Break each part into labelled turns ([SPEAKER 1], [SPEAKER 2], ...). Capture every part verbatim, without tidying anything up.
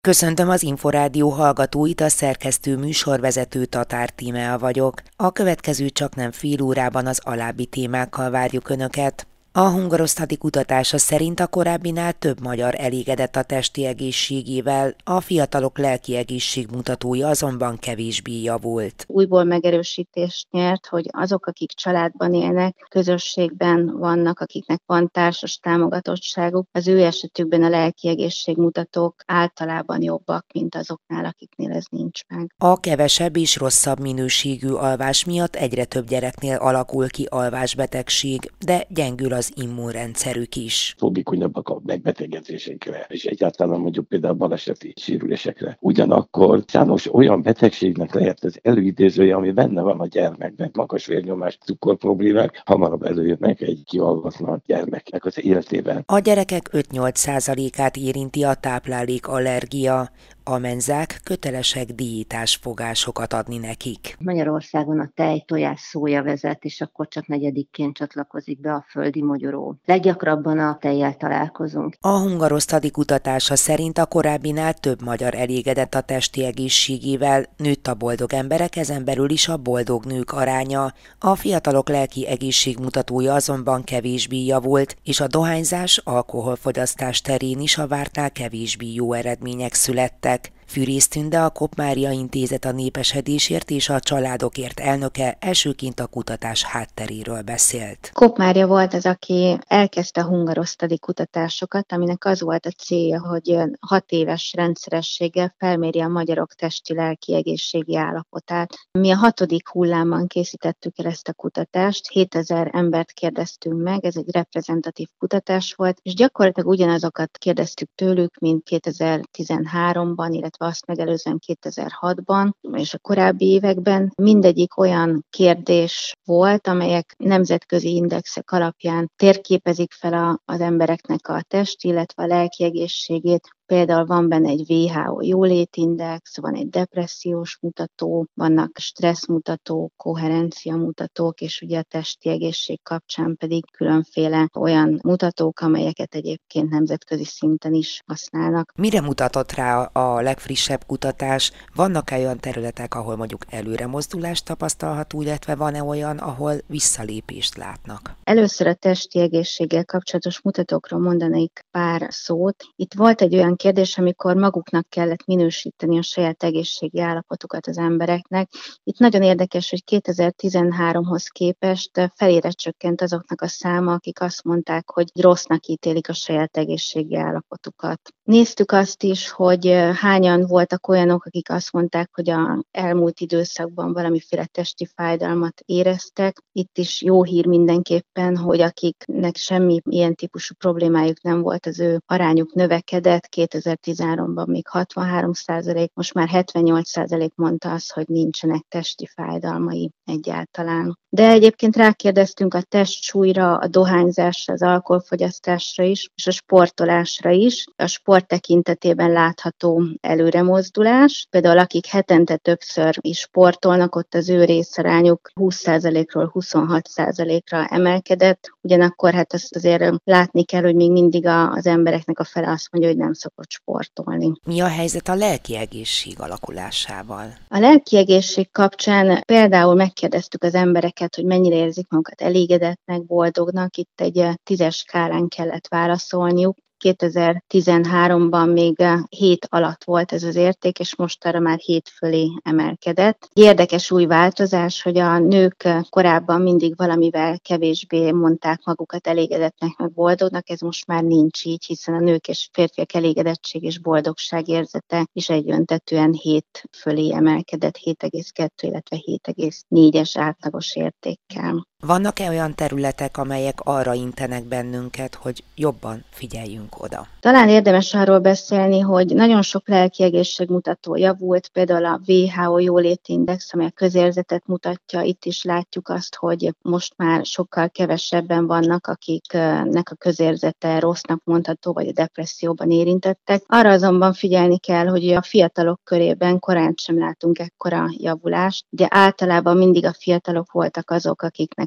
[SPEAKER 1] Köszöntöm az Inforádió hallgatóit, a szerkesztő műsorvezető Tatár Tímea vagyok. A következő csaknem fél órában az alábbi témákkal várjuk Önöket. A Hungarosztati kutatása szerint a korábbinál több magyar elégedett a testi egészségével, a fiatalok lelki egészségmutatója azonban kevésbé javult.
[SPEAKER 2] Újból megerősítést nyert, hogy azok, akik családban élnek, közösségben vannak, akiknek van társas támogatottságuk, az ő esetükben a lelki egészségmutatók általában jobbak, mint azoknál, akiknél ez nincs meg.
[SPEAKER 1] A kevesebb és rosszabb minőségű alvás miatt egyre több gyereknél alakul ki alvásbetegség, de gyengül az immunrendszerük is.
[SPEAKER 3] Fobikonyabbak a megbetegedésekre, és egyáltalán mondjuk például baleseti sérülésekre. Ugyanakkor számos olyan betegségnek lehet az előidézője, ami benne van a gyermekben. Magas vérnyomás, cukorproblémák hamarabb előjönnek egy kialvatlan gyermeknek az életében.
[SPEAKER 1] A gyerekek öt-nyolc százalékát érinti a táplálékallergia. A menzák kötelesek diétás fogásokat adni nekik.
[SPEAKER 4] Magyarországon a tej, tojás, szója vezet, és akkor csak negyedikként csatlakozik be a földi mogyoró. Leggyakrabban a tejjel találkozunk.
[SPEAKER 1] A Hungarosztati kutatása szerint a korábbinál több magyar elégedett a testi egészségével, nőtt a boldog emberek, ezen belül is a boldog nők aránya. A fiatalok lelki egészségmutatója azonban kevésbé javult, és a dohányzás, alkoholfogyasztás terén is a vártnál kevésbé jó eredmények születtek. Fűrész Tünde, a Kopp Mária Intézet a népesedésért és a családokért elnöke elsőként a kutatás hátteréről beszélt.
[SPEAKER 2] Kopp Mária volt az, aki elkezdte a hungarosztati kutatásokat, aminek az volt a célja, hogy hat éves rendszerességgel felméri a magyarok testi-lelki egészségi állapotát. Mi a hatodik hullámban készítettük el ezt a kutatást, hétezer embert kérdeztünk meg, ez egy reprezentatív kutatás volt, és gyakorlatilag ugyanazokat kérdeztük tőlük, mint kétezer-tizenháromban, illetve azt megelőzően kétezer-hatban és a korábbi években. Mindegyik olyan kérdés volt, amelyek nemzetközi indexek alapján térképezik fel a, az embereknek a test, illetve a lelki egészségét. Például van benne egy vé há o jólétindex, van egy depressziós mutató, vannak stresszmutatók, koherencia mutatók, és ugye a testi egészség kapcsán pedig különféle olyan mutatók, amelyeket egyébként nemzetközi szinten is használnak.
[SPEAKER 1] Mire mutatott rá a legfrissebb kutatás? Vannak-e olyan területek, ahol mondjuk előremozdulást tapasztalható, illetve van-e olyan, ahol visszalépést látnak?
[SPEAKER 2] Először a testi egészséggel kapcsolatos mutatókról mondanék pár szót. Itt volt egy olyan kérdés, amikor maguknak kellett minősíteni a saját egészségi állapotukat az embereknek. Itt nagyon érdekes, hogy kétezer-tizenháromhoz képest felére csökkent azoknak a száma, akik azt mondták, hogy rossznak ítélik a saját egészségi állapotukat. Néztük azt is, hogy hányan voltak olyanok, akik azt mondták, hogy az elmúlt időszakban valamiféle testi fájdalmat éreztek. Itt is jó hír mindenképpen, hogy akiknek semmi ilyen típusú problémájuk nem volt, az ő arányuk növekedett. kétezer-tizenháromban még hatvanhárom százalék, most már hetvennyolc százalék mondta azt, hogy nincsenek testi fájdalmai egyáltalán. De egyébként rákérdeztünk a testsúlyra, a dohányzásra, az alkoholfogyasztásra is, és a sportolásra is. A sport tekintetében látható előremozdulás. Például akik hetente többször is sportolnak, ott az ő részarányuk húsz százalékról huszonhat százalékra emelkedett. Ugyanakkor hát azt azért látni kell, hogy még mindig az embereknek a fele azt mondja, hogy nem szokott sportolni.
[SPEAKER 1] Mi a helyzet a lelki egészség alakulásával?
[SPEAKER 2] A lelki egészség kapcsán például megkérdeztük az embereket, hogy mennyire érzik magukat elégedettnek, boldognak. Itt egy tízes skálán kellett válaszolniuk. kétezer-tizenháromban még hét alatt volt ez az érték, és most arra már hét fölé emelkedett. Érdekes új változás, hogy a nők korábban mindig valamivel kevésbé mondták magukat elégedettnek, meg boldognak, ez most már nincs így, hiszen a nők és férfiak elégedettség és boldogság érzete is egyöntetően hét fölé emelkedett, hét egész kettő, illetve hét egész négyes átlagos értékkel.
[SPEAKER 1] Vannak-e olyan területek, amelyek arra intenek bennünket, hogy jobban figyeljünk oda?
[SPEAKER 2] Talán érdemes arról beszélni, hogy nagyon sok lelki egészségmutató javult, például a vé há o jólétindex, amely a közérzetet mutatja. Itt is látjuk azt, hogy most már sokkal kevesebben vannak, akiknek a közérzete rossznak mondható, vagy a depresszióban érintettek. Arra azonban figyelni kell, hogy a fiatalok körében korán sem látunk ekkora javulást. Ugye általában mindig a fiatalok voltak azok, akiknek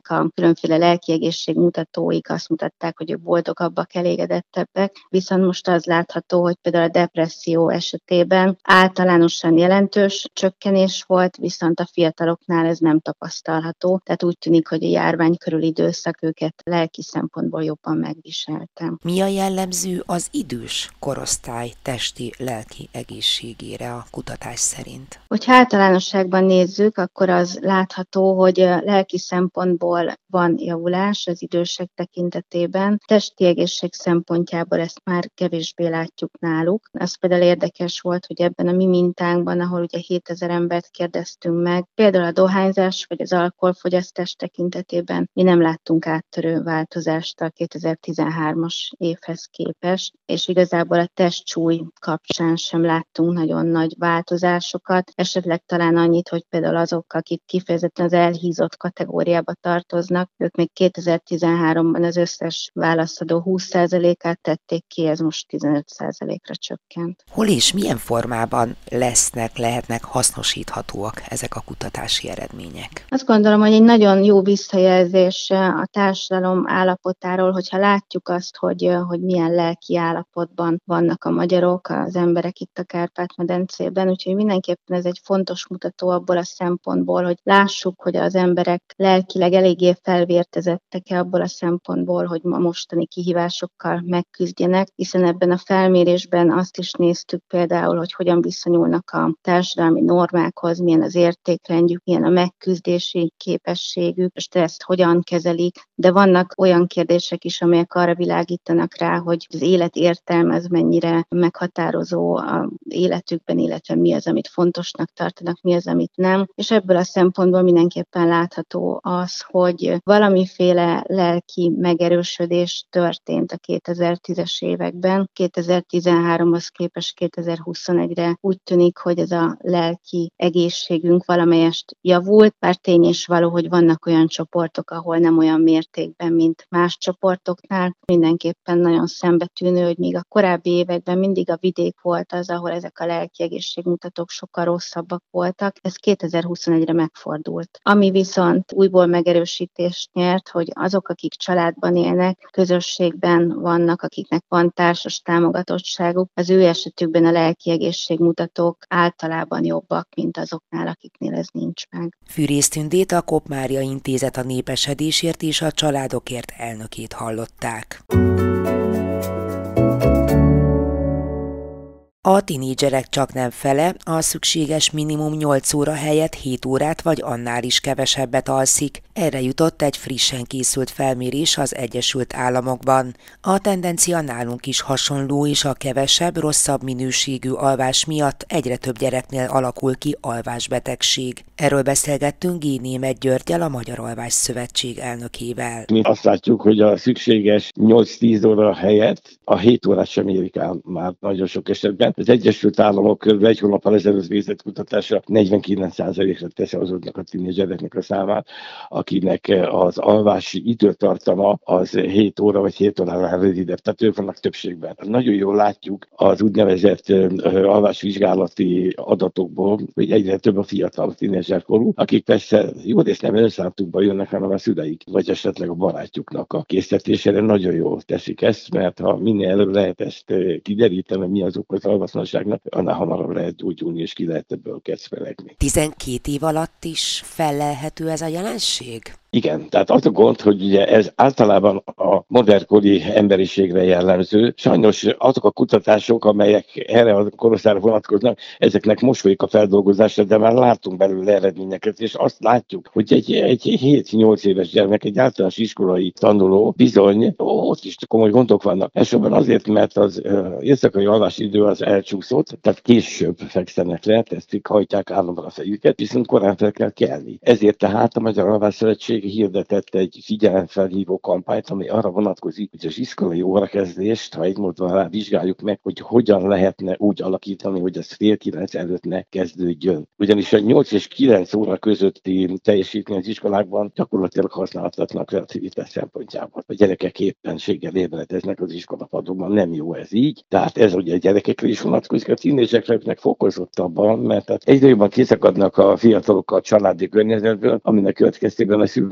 [SPEAKER 2] embereknek a különféle lelki egészségmutatóik azt mutatták, hogy ők boldogabbak, elégedettebbek, viszont most az látható, hogy például a depresszió esetében általánosan jelentős csökkenés volt, viszont a fiataloknál ez nem tapasztalható, tehát úgy tűnik, hogy a járvány körüli időszak őket lelki szempontból jobban megviselte.
[SPEAKER 1] Mi a jellemző az idős korosztály testi, lelki egészségére a kutatás szerint?
[SPEAKER 2] Hogyha általánosságban nézzük, akkor az látható, hogy lelki szempontból van javulás az idősek tekintetében. Testi egészség szempontjából ezt már kevésbé látjuk náluk. Az például érdekes volt, hogy ebben a mi mintánkban, ahol ugye hétezer embert kérdeztünk meg, például a dohányzás vagy az alkoholfogyasztás tekintetében mi nem láttunk áttörő változást a kétezer-tizenhármas évhez képest, és igazából a testsúly kapcsán sem láttunk nagyon nagy változásokat, esetleg talán annyit, hogy például azok, akik kifejezetten az elhízott kategóriába tartoznak, ők még kétezer-tizenháromban az összes válaszadó húsz százalékát tették ki, ez most tizenöt százalékra csökkent.
[SPEAKER 1] Hol és milyen formában lesznek, lehetnek hasznosíthatóak ezek a kutatási eredmények?
[SPEAKER 2] Azt gondolom, hogy egy nagyon jó visszajelzés a társadalom állapotáról, hogyha látjuk azt, hogy, hogy milyen lelki állapotban vannak a magyarok, az emberek itt a Kárpát-medencében, úgyhogy mindenképpen ez egy fontos mutató abból a szempontból, hogy lássuk, hogy az emberek lelkileg eléggé felvértezettek-e abból a szempontból, hogy a mostani kihívásokkal megküzdjenek, hiszen ebben a felmérésben azt is néztük például, hogy hogyan viszonyulnak a társadalmi normákhoz, milyen az értékrendjük, milyen a megküzdési képességük, és ezt hogyan kezelik, de vannak olyan kérdések is, amelyek arra világítanak rá, hogy az élet értelme az mennyire meghatározó a életükben, illetve mi az, amit fontosnak tartanak, mi az, amit nem. És ebből a szempontból mindenképpen látható az, hogy valamiféle lelki megerősödés történt a kétezer-tízes években. kétezer-tizenháromhoz képest kétezer-huszonegyre úgy tűnik, hogy ez a lelki egészségünk valamelyest javult, bár tény és való, hogy vannak olyan csoportok, ahol nem olyan mértékben, mint más csoportoknál. Mindenképpen nagyon szembetűnő, hogy még a korábbi években mindig a vidék volt az, ahol ezek a lelki egészségmutatók sokkal rosszabbak voltak. Ez kétezer-huszonegyre megfordult. Ami viszont újból megerősítést nyert, hogy azok, akik családban élnek, közösségben vannak, akiknek van társas támogatottságuk, az ő esetükben a lelki egészségmutatók általában jobbak, mint azoknál, akiknél ez nincs meg.
[SPEAKER 1] Fűrész Tündét, a Kopp Mária Intézet a népesedésért és a családokért elnökét hallották. A tinédzserek csaknem fele a szükséges minimum nyolc óra helyett hét órát vagy annál is kevesebbet alszik. Erre jutott egy frissen készült felmérés az Egyesült Államokban. A tendencia nálunk is hasonló, és a kevesebb, rosszabb minőségű alvás miatt egyre több gyereknél alakul ki alvásbetegség. Erről beszélgettünk G. Németh Györggyel, a Magyar Alvás Szövetség elnökével.
[SPEAKER 3] Mi azt látjuk, hogy a szükséges nyolc-tíz óra helyett a hét órát sem érik el már nagyon sok esetben. Az Egyesült Államok körül egy hónappal ezelőtt végzett kutatása negyvenkilenc százalékra teszi azoknak a tínédzsereknek a számát, akinek az alvási időtartama az hét óra vagy hét óránál rövidebb, tehát ők vannak többségben. Nagyon jól látjuk az úgynevezett alvásvizsgálati adatokból, hogy egyre több a fiatal tínédzserkorú, akik persze jó részt nem önszántukba jönnek, hanem a szüleik, vagy esetleg a barátjuknak a készítésére nagyon jól teszik ezt, mert ha minél előbb lehet ezt kideríteni, mi azok az alvatlanságnak, annál hamarabb lehet gyógyulni, és ki lehet ebből kecmelegni.
[SPEAKER 1] tizenkét év alatt is fellelhető ez a jelenség?
[SPEAKER 3] Igen, tehát az a gond, hogy ugye ez általában a modernkori emberiségre jellemző. Sajnos azok a kutatások, amelyek erre a korosztályra vonatkoznak, ezeknek most folyik a feldolgozása, de már látunk belőle eredményeket, és azt látjuk, hogy egy, egy hét-nyolc éves gyermek, egy általános iskolai tanuló bizony, ott is komoly gondok vannak. Elsősorban azért, mert az éjszakai alvási idő az elcsúszott, tehát később fekszenek le, teszik, hajtják államra a fejüket, viszont korán fel kell kelni. Ezért tehát a Magyar Alvás Szövetség hirdetett egy figyelemfelhívó kampányt, ami arra vonatkozik, hogy az iskolai órakezdést, ha egy módon rá vizsgáljuk meg, hogy hogyan lehetne úgy alakítani, hogy ez fél kilenc előtt ne kezdődjön. Ugyanis a nyolc és kilenc óra közötti teljesítmény az iskolákban gyakorlatilag használhatatlan kreativitás szempontjából. A gyerekek éppenséggel ébredeznek az iskolapadokban, nem jó ez így. Tehát ez ugye a gyerekekre is vonatkozik, a tínédzsereknek fokozottabban, mert hát egyre jobban kiszakadnak a fiatalok a családi környezetből, aminek következtében a szülők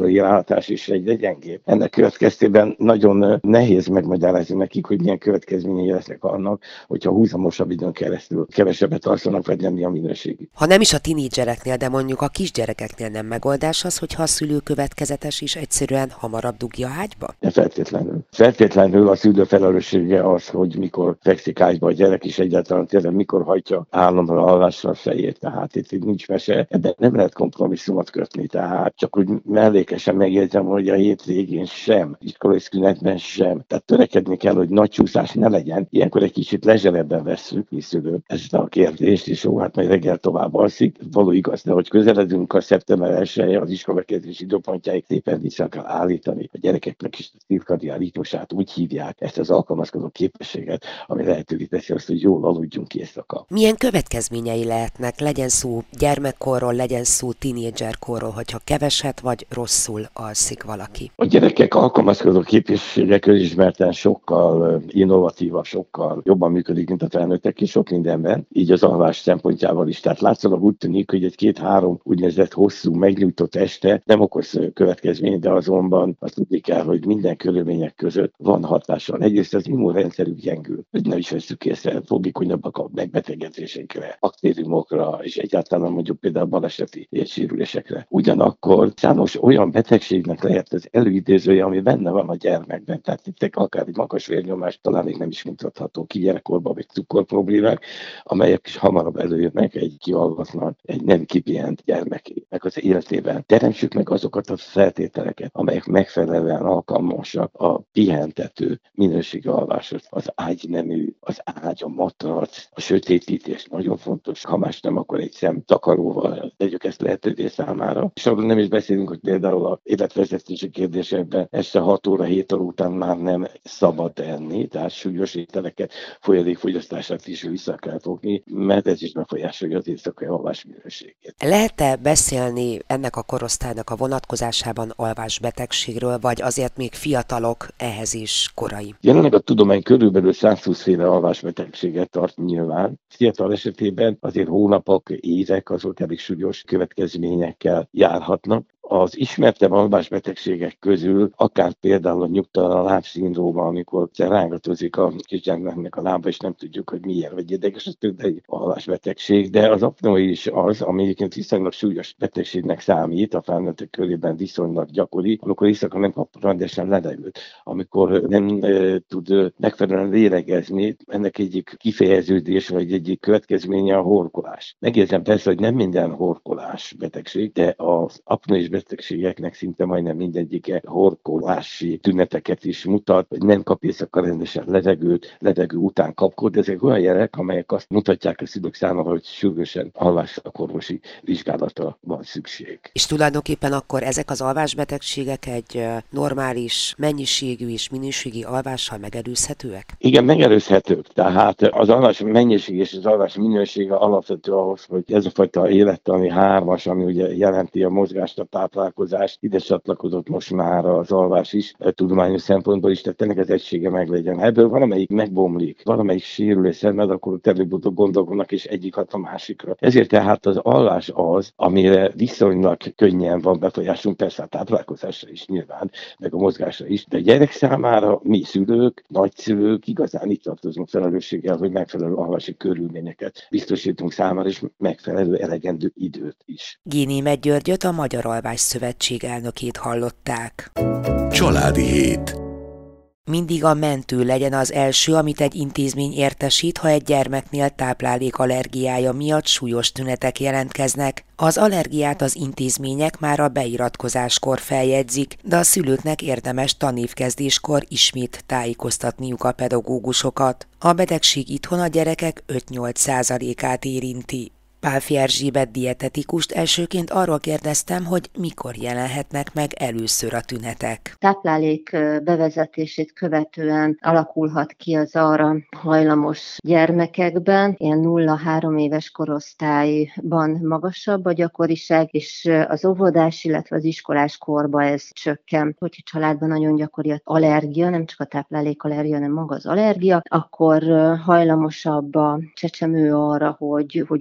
[SPEAKER 3] korai rálátás is egyre gyengébb. Ennek következtében nagyon nehéz megmagyarázni nekik, hogy milyen következményei lesznek annak, hogyha húzamosabb időn keresztül kevesebbet alszanak, vagy nem a minőségi.
[SPEAKER 1] Ha nem is a tinédzsereknél, de mondjuk a kisgyerekeknél nem megoldás az, hogyha a szülő következetes is egyszerűen hamarabb dugja ágyba?
[SPEAKER 3] De feltétlenül. Feltétlenül a szülő felelőssége az, hogy mikor fekszik ágyba a gyerek, és egyáltalán tényleg mikor hajtja államra alvásra a fejét. Tehát itt, itt nincs mese, ebben nem lehet kompromisszumot kötni. Tehát csak úgy mellékesen megjegyzem, hogy a hétvégén sem, iskolai szünetben sem. Tehát törekedni kell, hogy nagy csúszás ne legyen. Ilyenkor egy kicsit lezserebben vesszük, mi szülők ezt a kérdést, és jó, hát majd reggel tovább alszik. Való igaz, de hogy közeledünk a szeptember elsője, az iskolakezdési időpontjáig szépen vissza kell állítani. A gyerekeknek is a cirkadián ritmusát úgy hívják, ezt az alkalmazkodó képességet, ami lehetővé teszi azt, hogy jól aludjunk ki éjszaka.
[SPEAKER 1] Milyen következményei lehetnek, legyen szó gyermekkorról, legyen szó tínédzserkorról, hogyha keveset vagy rosszul alszik valaki?
[SPEAKER 3] A gyerekek alkalmazkodó képessége közismerten sokkal innovatívabb, sokkal jobban működik, mint a felnőttek és sok mindenben, így az alvás szempontjával is. Tehát látszólag úgy tűnik, hogy egy két-három úgynevezett hosszú, megnyújtott este nem okoz következményt, de azonban azt tudni kell, hogy minden körülmények között van hatással. Egyrészt az immunrendszerük gyengül, hogy nem is veszük észre, fogékonyabbak a megbetegedésekre, baktériumokra, és egyáltalán mondjuk például baleseti sérülésekre. Ugyanakkor számos olyan betegségnek lehet az előidézője, ami benne van a gyermekben. Tehát itt akár egy magas vérnyomás talán még nem is mutatható ki gyerekkorban, vagy cukorproblémák, amelyek is hamarabb előjönnek egy kialvatlan, egy nem kipihent gyermeknek az életében. Teremtsük meg azokat a feltételeket, amelyek megfelelően alkalmasak a pihentető minőségi alváshoz. Az ágynemű, az ágy, a matrac, a sötétítés nagyon fontos. Ha más nem, akkor egy szemtakaróval tegyük ezt lehetővé számára. És arról nem is beszélünk, hogy például a életvezetési kérdésekben este hat óra, hét óra után már nem szabad enni, tehát súlyos ételeket, folyadékfogyasztását is vissza kell fogni, mert ez is befolyásolja az éjszakai alvás minőségét.
[SPEAKER 1] Lehet-e beszélni ennek a korosztálynak a vonatkozásában alvásbetegségről, vagy azért még fiatalok, ehhez is korai?
[SPEAKER 3] Jelenleg a tudomány körülbelül százhúsz féle alvásbetegséget tart nyilván. Fiatal esetében azért hónapok, évek azok elég súlyos következményekkel járhatnak. Az ismertebb alvásbetegségek közül, akár például a nyugtalan lábszindróma, amikor rángatozik a kisgyermeknek a lába, és nem tudjuk, hogy miért, vagy ideges, az például egy alvásbetegség, de az apnoe is az, ami egyébként viszonylag súlyos betegségnek számít, a felnőttek körében viszonylag gyakori, amikor éjszaka nem kap rendesen levegőt, amikor nem e, tud megfelelően lélegezni, ennek egyik kifejeződés, vagy egyik következménye a horkolás. Megjegyzem persze, hogy nem minden horkolás betegség, de az apnoe betegségeknek szinte majdnem mindegyike horkolási tüneteket is mutat, hogy nem kap éjszaka rendesen levegőt, levegő után kapkod. Ezek olyan jelek, amelyek azt mutatják a szülők számára, hogy sürgősen alvásszakorvosi vizsgálatra van szükség.
[SPEAKER 1] És tulajdonképpen akkor ezek az alvásbetegségek egy normális mennyiségű és minőségi alvással megelőzhetőek?
[SPEAKER 3] Igen, megelőzhetők. Tehát az alvás mennyiség és az alvás minősége alapvető ahhoz, hogy ez a fajta élettani hármas, ami ugye jelenti a mozgást, a táplálkozást, ide csatlakozott most már az alvás is, tudományos szempontból is, tehát ennek az egysége meglegyen. Ebből valamelyik megbomlik, valamelyik sérül és szenved, akkor előbb-utóbb gondolkodnak, és egyik hat a másikra. Ezért tehát az alvás az, amire viszonylag könnyen van befolyásunk, persze a táplálkozásra is nyilván, meg a mozgásra is, de a gyerek számára mi szülők, nagyszülők igazán itt tartozunk felelősséggel, hogy megfelelő alvási körülményeket biztosítunk számára, és megfelelő elegendő időt is.
[SPEAKER 1] Génémet Györgyöt, a Magyar Alvás Szövetség elnökét hallották.
[SPEAKER 5] Családi hét.
[SPEAKER 1] Mindig a mentő legyen az első, amit egy intézmény értesít, ha egy gyermeknél táplálék allergiája miatt súlyos tünetek jelentkeznek. Az allergiát az intézmények már a beiratkozáskor feljegyzik, de a szülőknek érdemes tanévkezdéskor ismét tájékoztatniuk a pedagógusokat. A betegség itthon a gyerekek öt-nyolc százalékát érinti. Pálffy Erzsébet dietetikust elsőként arról kérdeztem, hogy mikor jelenhetnek meg először a tünetek.
[SPEAKER 4] Táplálék bevezetését követően alakulhat ki az arra hajlamos gyermekekben, ilyen nulla-három éves korosztályban magasabb a gyakoriság, és az óvodás, illetve az iskolás korban ez csökken. Hogyha családban nagyon gyakori az allergia, nem csak a táplálékallergia, hanem maga az allergia, akkor hajlamosabb a csecsemő arra, hogy, hogy ő is allergiás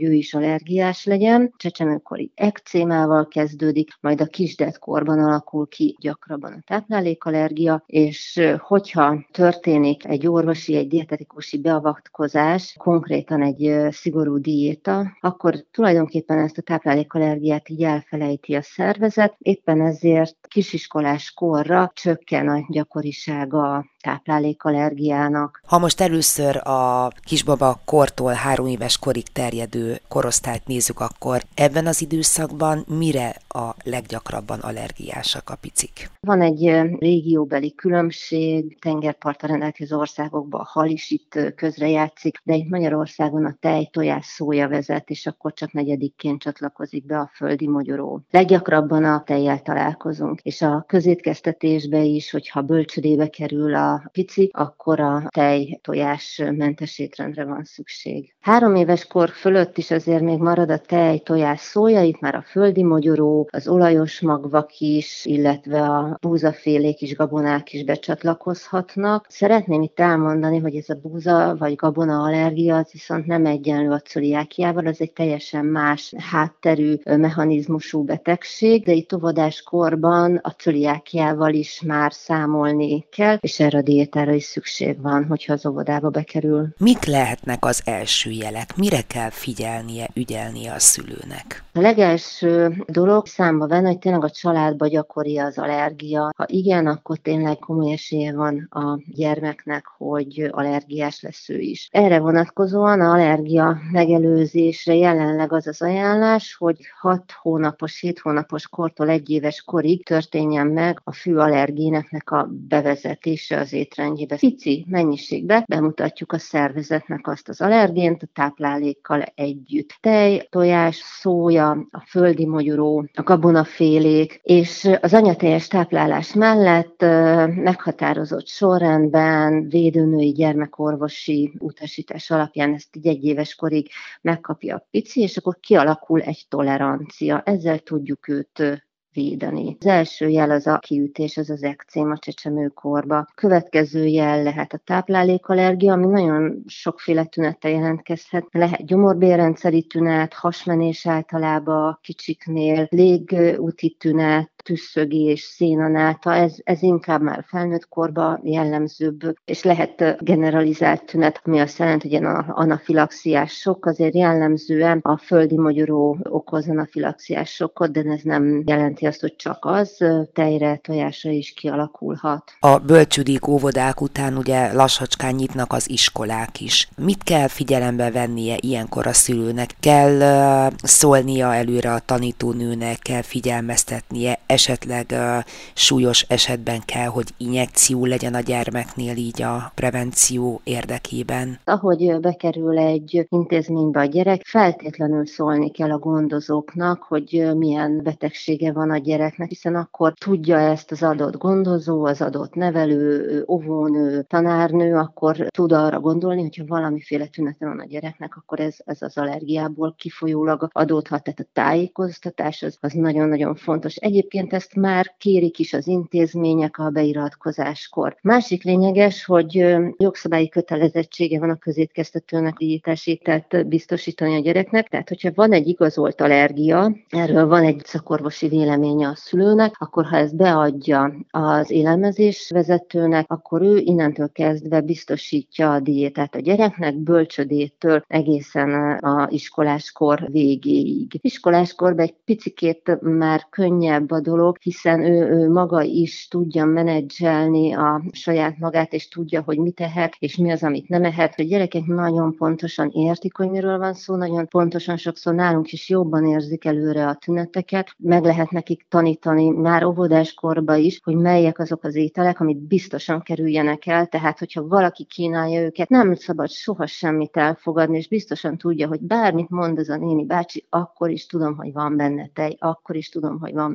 [SPEAKER 4] allergiás legyen. Csecsemőkori ekcémával kezdődik, majd a kisdedkorban alakul ki gyakrabban a táplálékallergia, és hogyha történik egy orvosi, egy dietetikusi beavatkozás, konkrétan egy szigorú diéta, akkor tulajdonképpen ezt a táplálékallergiát így elfelejti a szervezet, éppen ezért kisiskolás korra csökken a gyakorisága a táplálékallergiának.
[SPEAKER 1] Ha most először a kisbaba kortól három éves korig terjedő korosztályt nézzük, akkor ebben az időszakban mire a leggyakrabban allergiásak a picik?
[SPEAKER 4] Van egy régióbeli különbség, tengerparttal rendelkező országokban a hal is itt közrejátszik, de itt Magyarországon a tej, tojás, szója vezet, és akkor csak negyedikként csatlakozik be a földi mogyoró. Leggyakrabban a tejjel találkozunk, és a közétkeztetésbe is, hogyha bölcsödébe kerül a pici, akkor a tej, tojás mentes étrendre van szükség. Három éves kor fölött is azért még marad a tej, tojás, szója, itt már a földi mogyoró, az olajos magvak is, illetve a búzafélék is, gabonák is becsatlakozhatnak. Szeretném itt elmondani, hogy ez a búza vagy gabona allergia az viszont nem egyenlő a cöliákiával, az egy teljesen más hátterű mechanizmusú betegség, de itt óvodáskorban a cöliákiával is már számolni kell, és erre a diétára is szükség van, hogyha az óvodába bekerül.
[SPEAKER 1] Mik lehetnek az első jelek? Mire kell figyelnie, ügyelnie a szülőnek?
[SPEAKER 4] A legelső dolog számba venni, hogy tényleg a családban gyakori az allergia. Ha igen, akkor tényleg komoly esélye van a gyermeknek, hogy allergiás lesz ő is. Erre vonatkozóan az allergia megelőzésre jelenleg az az ajánlás, hogy hat hónapos, hét hónapos kortól egy éves korig történjen meg a főallergéneknek a bevezetése az étrendjébe. Pici mennyiségben bemutatjuk a szervezetnek azt az allergént a táplálékkal együtt. Tej, tojás, szója, a földi mogyoró, a gabonafélék, és az anyateljes táplálás mellett meghatározott sorrendben védőnői gyermekorvosi utasítás alapján ezt így egy éves korig megkapja a pici, és akkor kialakul egy tolerancia. Ezzel tudjuk őt védeni. Az első jel az a kiütés, az az ekcém a csecsemőkorba. Következő jel lehet a táplálékallergia, ami nagyon sokféle tünettel jelentkezhet. Lehet gyomorbélrendszeri tünet, hasmenés általában a kicsiknél, légúti tünet, tüsszögés, szénanáta, ez, ez inkább már felnőtt korban jellemzőbb, és lehet generalizált tünet, ami azt jelenti, hogy anafilaxiás sok, azért jellemzően a földi mogyoró okoz anafilaxiás sokkot, de ez nem jelenti azt, hogy csak az, tejre, tojásra is kialakulhat.
[SPEAKER 1] A bölcsődék, óvodák után ugye lassacskán nyitnak az iskolák is. Mit kell figyelembe vennie ilyenkor a szülőnek? Kell uh, szólnia előre a tanítónőnek, kell figyelmeztetnie, esetleg uh, súlyos esetben kell, hogy injekció legyen a gyermeknél így a prevenció érdekében.
[SPEAKER 4] Ahogy bekerül egy intézménybe a gyerek, feltétlenül szólni kell a gondozóknak, hogy milyen betegsége van a gyereknek, hiszen akkor tudja ezt az adott gondozó, az adott nevelő, óvónő, tanárnő, akkor tud arra gondolni, hogyha valamiféle tünete van a gyereknek, akkor ez, ez az allergiából kifolyólag adódhat. Tehát a tájékoztatás az, az nagyon-nagyon fontos. Egyébként ezt már kérik is az intézmények a beiratkozáskor. Másik lényeges, hogy jogszabályi kötelezettsége van a közétkeztetőnek diétás ételt biztosítani a gyereknek, tehát hogyha van egy igazolt allergia, erről van egy szakorvosi véleménye a szülőnek, akkor ha ezt beadja az élelmezés vezetőnek, akkor ő innentől kezdve biztosítja a diétát a gyereknek, bölcsödétől egészen a iskoláskor végéig. Iskoláskorban egy picikét már könnyebb a dolog, hiszen ő, ő maga is tudja menedzselni a saját magát, és tudja, hogy mit tehet, és mi az, amit nem ehet. A gyerekek nagyon pontosan értik, hogy miről van szó, nagyon pontosan sokszor nálunk is jobban érzik előre a tüneteket. Meg lehet nekik tanítani már óvodáskorban is, hogy melyek azok az ételek, amit biztosan kerüljenek el, tehát hogyha valaki kínálja őket, nem szabad soha semmit elfogadni, és biztosan tudja, hogy bármit mond az a néni bácsi, akkor is tudom, hogy van benne tej, akkor is tudom, hogy van benne föld.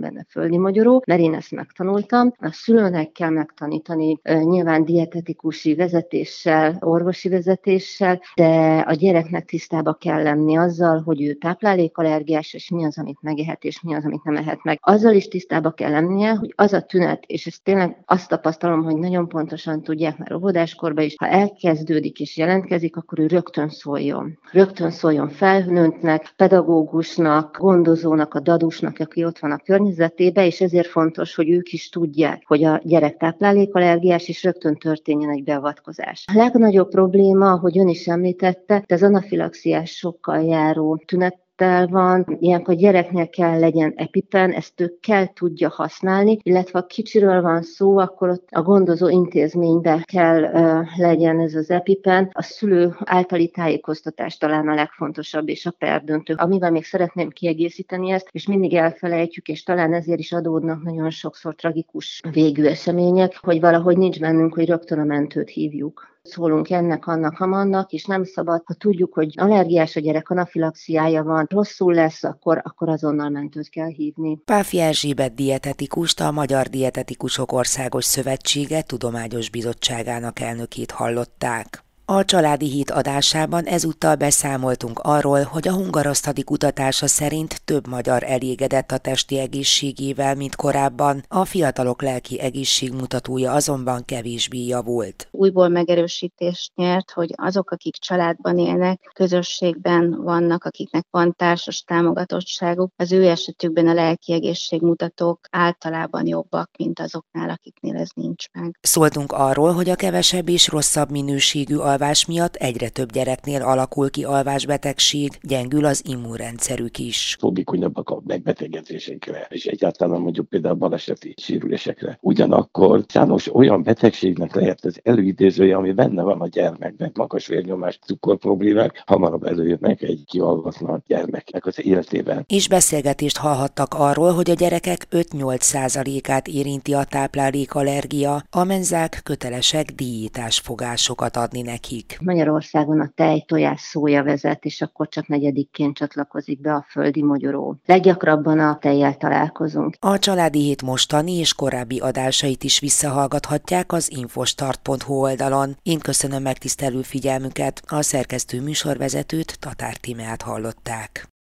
[SPEAKER 4] földi mogyoró, mert én ezt megtanultam. A szülőnek kell megtanítani, nyilván dietetikusi vezetéssel, orvosi vezetéssel, de a gyereknek tisztába kell lenni azzal, hogy ő táplálékallergiás, és mi az, amit megehet, és mi az, amit nem ehet meg. Azzal is tisztába kell lennie, hogy az a tünet, és ezt tényleg azt tapasztalom, hogy nagyon pontosan tudják már óvodáskorban is, ha elkezdődik és jelentkezik, akkor ő rögtön szóljon. Rögtön szóljon felnőttnek, pedagógusnak, gondozónak, a dadusnak, aki ott van a környezetében, és ezért fontos, hogy ők is tudják, hogy a gyerek táplálékallergiás, és rögtön történjen egy beavatkozás. A legnagyobb probléma, hogy ön is említette, az anafilaxiás sokkal járó tünet van, ilyenkor gyereknél kell legyen EpiPen, ezt ő kell tudja használni, illetve ha kicsiről van szó, akkor ott a gondozó intézménybe kell uh, legyen ez az EpiPen. A szülő általi tájékoztatás talán a legfontosabb és a perdöntő. Amivel még szeretném kiegészíteni ezt, és mindig elfelejtjük, és talán ezért is adódnak nagyon sokszor tragikus végű események, hogy valahogy nincs bennünk, hogy rögtön a mentőt hívjuk. Szólunk ennek, annak, amannak, és nem szabad, ha tudjuk, hogy allergiás a gyerek, anafilaxiája van, rosszul lesz, akkor, akkor azonnal mentőt kell hívni.
[SPEAKER 1] Páfi Erzsébet dietetikust, a Magyar Dietetikusok Országos Szövetsége Tudományos Bizottságának elnökét hallották. A Családi Hét adásában ezúttal beszámoltunk arról, hogy a hungarasztali kutatása szerint több magyar elégedett a testi egészségével, mint korábban, a fiatalok lelki egészségmutatója azonban kevésbé javult.
[SPEAKER 2] Újból megerősítést nyert, hogy azok, akik családban élnek, közösségben vannak, akiknek van társas támogatottságuk, az ő esetükben a lelki egészségmutatók általában jobbak, mint azoknál, akiknél ez nincs meg.
[SPEAKER 1] Szóltunk arról, hogy a kevesebb és rosszabb minőségű alvás miatt egyre több gyereknél alakul ki alvásbetegség, gyengül az immunrendszerük is.
[SPEAKER 3] Fogikonyabbak a megbetegedésekre, és egyáltalán mondjuk például baleseti sérülésekre. Ugyanakkor számos olyan betegségnek lehet az előidézője, ami benne van a gyermekben. Magas vérnyomás, cukorproblémák hamarabb előjönnek egy kialvatlan gyermeknek az életében.
[SPEAKER 1] És beszélgetést hallhattak arról, hogy a gyerekek öt-nyolc százalékát érinti a táplálékallergia, a menzák kötelesek diétás fogásokat adni nekik.
[SPEAKER 4] Magyarországon a tej, tojás, szója vezet, és akkor csak negyedikként csatlakozik be a földi mogyoró. Leggyakrabban a tejjel találkozunk.
[SPEAKER 1] A Családi Hét mostani és korábbi adásait is visszahallgathatják az infostart pont hu oldalon. Én köszönöm megtisztelő figyelmüket, a szerkesztő műsorvezetőt, Tatár Tímeát hallották.